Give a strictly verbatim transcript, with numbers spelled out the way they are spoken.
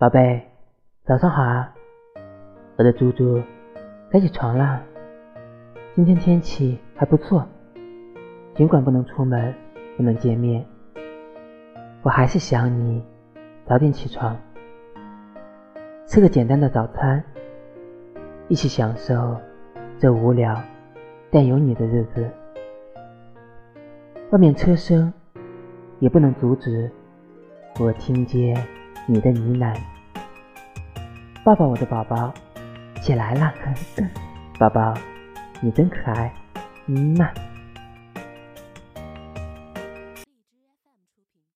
宝贝，早上好啊！我的猪猪，该起床啦。今天天气还不错，尽管不能出门，不能见面，我还是想你。早点起床，吃个简单的早餐，一起享受这无聊但有你的日子。外面车声也不能阻止我听见你的呢喃。抱抱我的宝宝，起来啦！宝宝，你真可爱，嗯嘛。